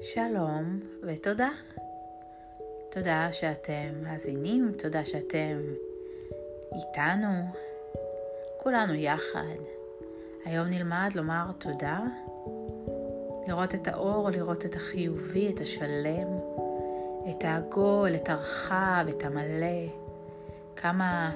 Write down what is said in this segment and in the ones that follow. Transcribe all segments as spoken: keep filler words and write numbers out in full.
שלום ותודה. תודה שאתם מאזינים, תודה שאתם איתנו, כולנו יחד. היום נלמד לומר תודה, לראות את האור, לראות את החיובי, את השלם, את העגול, את הרחב, את המלא. כמה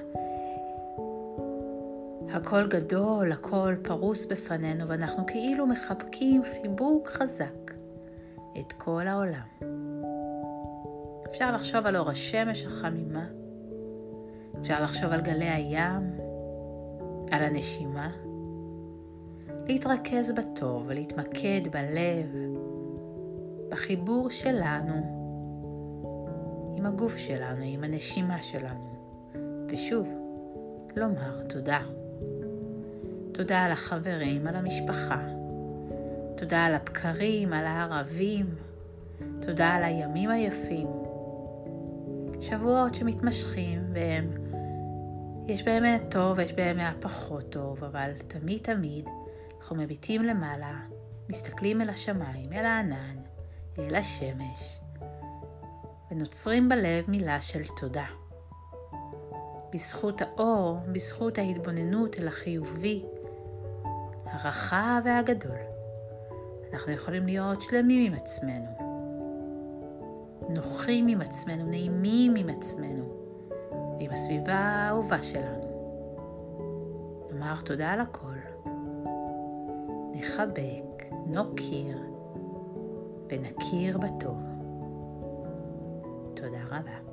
הכל גדול, הכל פרוס בפנינו, ואנחנו כאילו מחבקים חיבוק חזק את כל העולם. אפשר לחשוב על אור השמש החמימה, אפשר לחשוב על גלי הים, על הנשימה, להתרכז בטוב ולהתמקד בלב, בחיבור שלנו, עם הגוף שלנו, עם הנשימה שלנו, ושוב, לומר תודה. תודה על החברים, על המשפחה, תודה על הבקרים, על הערבים, תודה על הימים היפים, שבועות שמתמשכים והם, יש בהם טוב ויש בהם פחות טוב, אבל תמיד תמיד אנחנו מביטים למעלה, מסתכלים אל השמיים, אל הענן, אל השמש, ונוצרים בלב מילה של תודה. בזכות האור, בזכות ההתבוננות אל החיובי, הרחב והגדול, אנחנו יכולים להיות שלמים עם עצמנו, נוחים עם עצמנו, נעימים עם עצמנו, ועם הסביבה האהובה שלנו. נאמר תודה על הכל, נחבק, נוקיר ונכיר בטוב. תודה רבה.